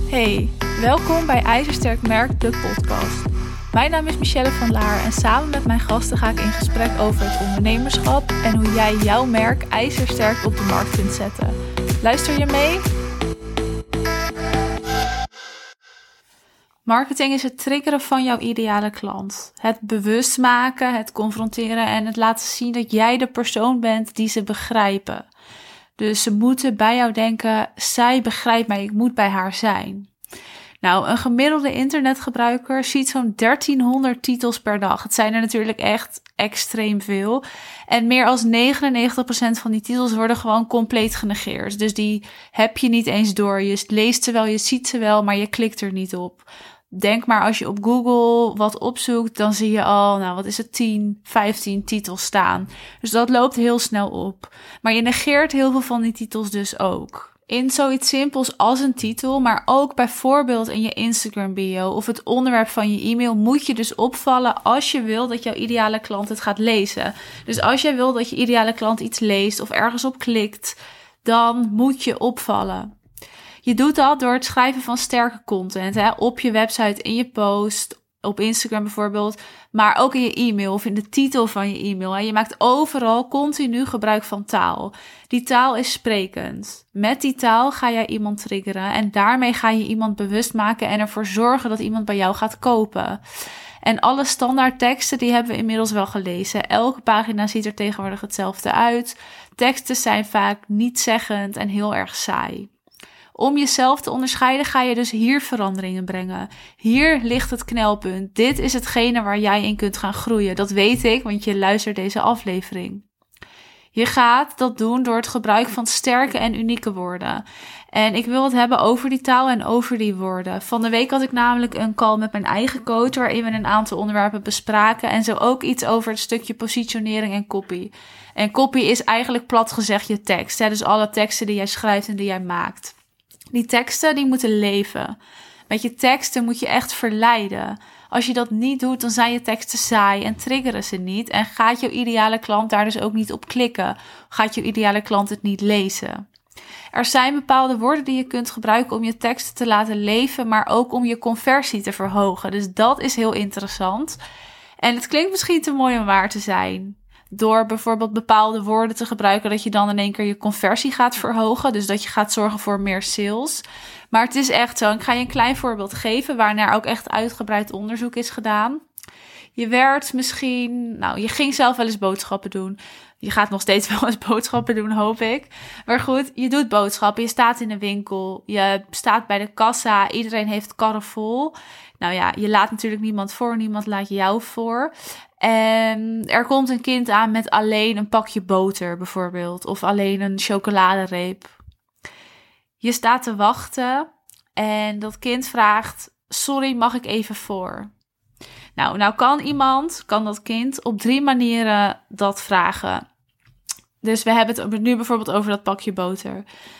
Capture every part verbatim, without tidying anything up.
Hey, welkom bij IJzersterk Merk, de podcast. Mijn naam is Michelle van Laar en samen met mijn gasten ga ik in gesprek over het ondernemerschap en hoe jij jouw merk ijzersterk op de markt kunt zetten. Luister je mee? Marketing is het triggeren van jouw ideale klant. Het bewust maken, het confronteren en het laten zien dat jij de persoon bent die ze begrijpen. Dus ze moeten bij jou denken, zij begrijpt mij, ik moet bij haar zijn. Nou, een gemiddelde internetgebruiker ziet zo'n dertienhonderd titels per dag. Het zijn er natuurlijk echt extreem veel. En meer dan negenennegentig procent van die titels worden gewoon compleet genegeerd. Dus die heb je niet eens door. Je leest ze wel, je ziet ze wel, maar je klikt er niet op. Denk maar als je op Google wat opzoekt, dan zie je al, nou wat is het, tien, vijftien titels staan. Dus dat loopt heel snel op. Maar je negeert heel veel van die titels dus ook. In zoiets simpels als een titel, maar ook bijvoorbeeld in je Instagram bio of het onderwerp van je e-mail moet je dus opvallen als je wil dat jouw ideale klant het gaat lezen. Dus als jij wil dat je ideale klant iets leest of ergens op klikt, dan moet je opvallen. Je doet dat door het schrijven van sterke content, hè, op je website, in je post, op Instagram bijvoorbeeld, maar ook in je e-mail of in de titel van je e-mail. Hè. Je maakt overal continu gebruik van taal. Die taal is sprekend. Met die taal ga jij iemand triggeren en daarmee ga je iemand bewust maken en ervoor zorgen dat iemand bij jou gaat kopen. En alle standaard teksten die hebben we inmiddels wel gelezen. Elke pagina ziet er tegenwoordig hetzelfde uit. Teksten zijn vaak nietszeggend en heel erg saai. Om jezelf te onderscheiden ga je dus hier veranderingen brengen. Hier ligt het knelpunt. Dit is hetgene waar jij in kunt gaan groeien. Dat weet ik, want je luistert deze aflevering. Je gaat dat doen door het gebruik van sterke en unieke woorden. En ik wil het hebben over die taal en over die woorden. Van de week had ik namelijk een call met mijn eigen coach, waarin we een aantal onderwerpen bespraken. En zo ook iets over het stukje positionering en copy. En copy is eigenlijk plat gezegd je tekst. Hè? Dus alle teksten die jij schrijft en die jij maakt. Die teksten, die moeten leven. Met je teksten moet je echt verleiden. Als je dat niet doet, dan zijn je teksten saai en triggeren ze niet. En gaat jouw ideale klant daar dus ook niet op klikken. Gaat jouw ideale klant het niet lezen. Er zijn bepaalde woorden die je kunt gebruiken om je teksten te laten leven, maar ook om je conversie te verhogen. Dus dat is heel interessant. En het klinkt misschien te mooi om waar te zijn. Door bijvoorbeeld bepaalde woorden te gebruiken, dat je dan in één keer je conversie gaat verhogen. Dus dat je gaat zorgen voor meer sales. Maar het is echt zo. Ik ga je een klein voorbeeld geven, waarnaar ook echt uitgebreid onderzoek is gedaan. Je werd misschien, nou, je ging zelf wel eens boodschappen doen. Je gaat nog steeds wel eens boodschappen doen, hoop ik. Maar goed, je doet boodschappen, je staat in de winkel, je staat bij de kassa, iedereen heeft karren vol. Nou ja, je laat natuurlijk niemand voor, niemand laat jou voor. En er komt een kind aan met alleen een pakje boter bijvoorbeeld, of alleen een chocoladereep. Je staat te wachten en dat kind vraagt, sorry, mag ik even voor? Nou, nou kan iemand, kan dat kind op drie manieren dat vragen. Dus we hebben het nu bijvoorbeeld over dat pakje boter.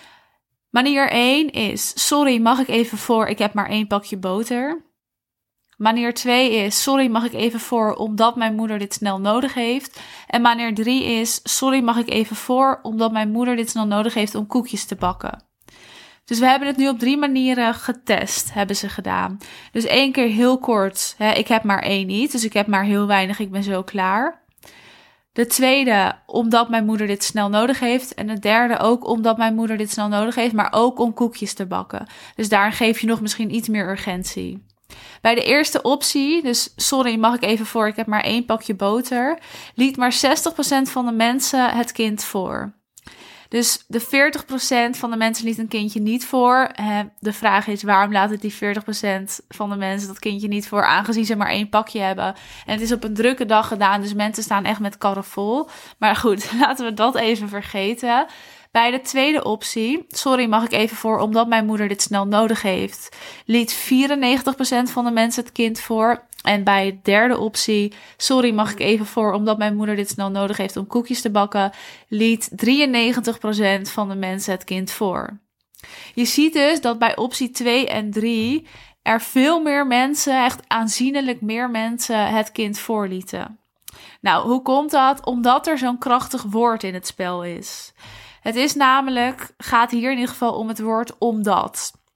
Manier één is, sorry, mag ik even voor, ik heb maar één pakje boter. Manier twee is, sorry, mag ik even voor, omdat mijn moeder dit snel nodig heeft. En manier drie is, sorry, mag ik even voor, omdat mijn moeder dit snel nodig heeft om koekjes te bakken. Dus we hebben het nu op drie manieren getest, hebben ze gedaan. Dus één keer heel kort, hè, ik heb maar één niet, dus ik heb maar heel weinig, ik ben zo klaar. De tweede, omdat mijn moeder dit snel nodig heeft. En de derde ook omdat mijn moeder dit snel nodig heeft, maar ook om koekjes te bakken. Dus daar geef je nog misschien iets meer urgentie. Bij de eerste optie, dus sorry, mag ik even voor, ik heb maar één pakje boter, liet maar zestig procent van de mensen het kind voor. Dus de veertig procent van de mensen liet een kindje niet voor. De vraag is, waarom laat het die veertig procent van de mensen dat kindje niet voor, aangezien ze maar één pakje hebben. En het is op een drukke dag gedaan, dus mensen staan echt met karren vol. Maar goed, laten we dat even vergeten. Bij de tweede optie, sorry, mag ik even voor, omdat mijn moeder dit snel nodig heeft, liet vierennegentig procent van de mensen het kind voor. En bij de derde optie, sorry, mag ik even voor, omdat mijn moeder dit snel nodig heeft om koekjes te bakken, liet drieënnegentig procent van de mensen het kind voor. Je ziet dus dat bij optie twee en drie er veel meer mensen, echt aanzienlijk meer mensen, het kind voorlieten. Nou, hoe komt dat? Omdat er zo'n krachtig woord in het spel is. Het is namelijk, gaat hier in ieder geval om het woord omdat.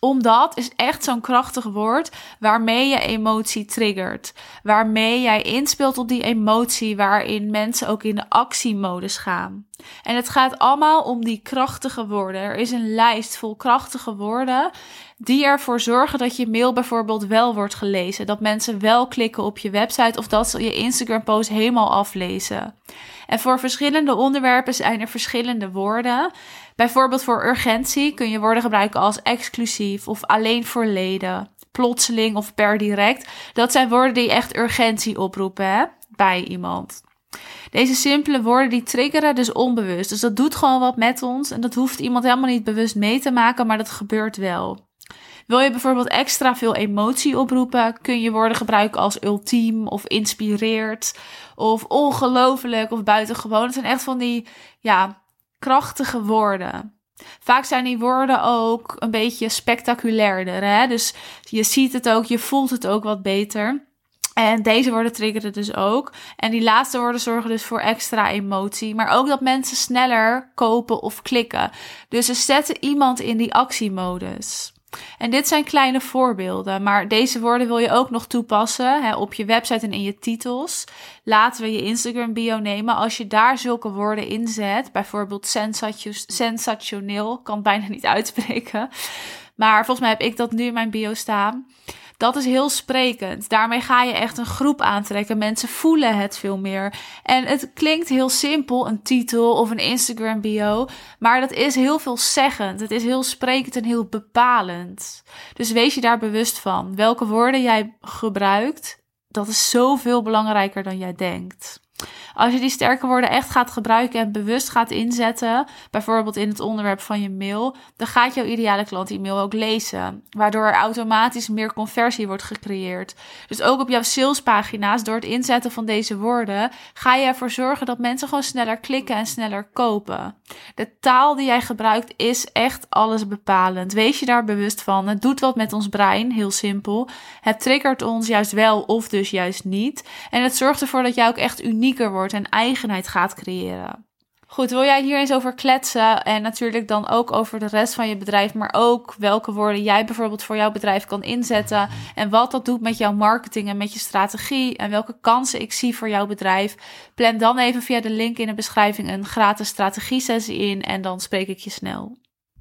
Omdat is echt zo'n krachtig woord waarmee je emotie triggert. Waarmee jij inspeelt op die emotie, waarin mensen ook in de actiemodus gaan. En het gaat allemaal om die krachtige woorden. Er is een lijst vol krachtige woorden die ervoor zorgen dat je mail bijvoorbeeld wel wordt gelezen. Dat mensen wel klikken op je website of dat ze je Instagram post helemaal aflezen. En voor verschillende onderwerpen zijn er verschillende woorden. Bijvoorbeeld voor urgentie kun je woorden gebruiken als exclusief of alleen voor leden, plotseling of per direct. Dat zijn woorden die echt urgentie oproepen, hè, bij iemand. Deze simpele woorden die triggeren dus onbewust. Dus dat doet gewoon wat met ons en dat hoeft iemand helemaal niet bewust mee te maken, maar dat gebeurt wel. Wil je bijvoorbeeld extra veel emotie oproepen, kun je woorden gebruiken als ultiem of inspireert of ongelooflijk of buitengewoon. Het zijn echt van die, ja, krachtige woorden. Vaak zijn die woorden ook een beetje spectaculairder, hè? Dus je ziet het ook, je voelt het ook wat beter. En deze woorden triggeren dus ook. En die laatste woorden zorgen dus voor extra emotie. Maar ook dat mensen sneller kopen of klikken. Dus ze zetten iemand in die actiemodus. En dit zijn kleine voorbeelden, maar deze woorden wil je ook nog toepassen hè, op je website en in je titels. Laten we je Instagram bio nemen. Als je daar zulke woorden inzet, bijvoorbeeld sensatio- sensationeel, kan het bijna niet uitspreken. Maar volgens mij heb ik dat nu in mijn bio staan. Dat is heel sprekend. Daarmee ga je echt een groep aantrekken. Mensen voelen het veel meer. En het klinkt heel simpel, een titel of een Instagram bio. Maar dat is heel veelzeggend. Het is heel sprekend en heel bepalend. Dus wees je daar bewust van. Welke woorden jij gebruikt, dat is zoveel belangrijker dan jij denkt. Als je die sterke woorden echt gaat gebruiken en bewust gaat inzetten, bijvoorbeeld in het onderwerp van je mail, dan gaat jouw ideale klant die mail ook lezen, waardoor er automatisch meer conversie wordt gecreëerd. Dus ook op jouw salespagina's, door het inzetten van deze woorden, ga je ervoor zorgen dat mensen gewoon sneller klikken en sneller kopen. De taal die jij gebruikt is echt alles bepalend. Wees je daar bewust van. Het doet wat met ons brein, heel simpel. Het triggert ons juist wel of dus juist niet. En het zorgt ervoor dat jij ook echt unieker wordt en eigenheid gaat creëren. Goed, wil jij hier eens over kletsen en natuurlijk dan ook over de rest van je bedrijf, maar ook welke woorden jij bijvoorbeeld voor jouw bedrijf kan inzetten en wat dat doet met jouw marketing en met je strategie en welke kansen ik zie voor jouw bedrijf, plan dan even via de link in de beschrijving een gratis strategie-sessie in en dan spreek ik je snel.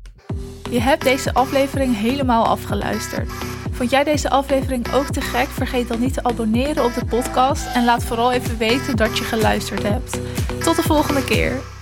Je hebt deze aflevering helemaal afgeluisterd. Vond jij deze aflevering ook te gek? Vergeet dan niet te abonneren op de podcast en laat vooral even weten dat je geluisterd hebt. Tot de volgende keer!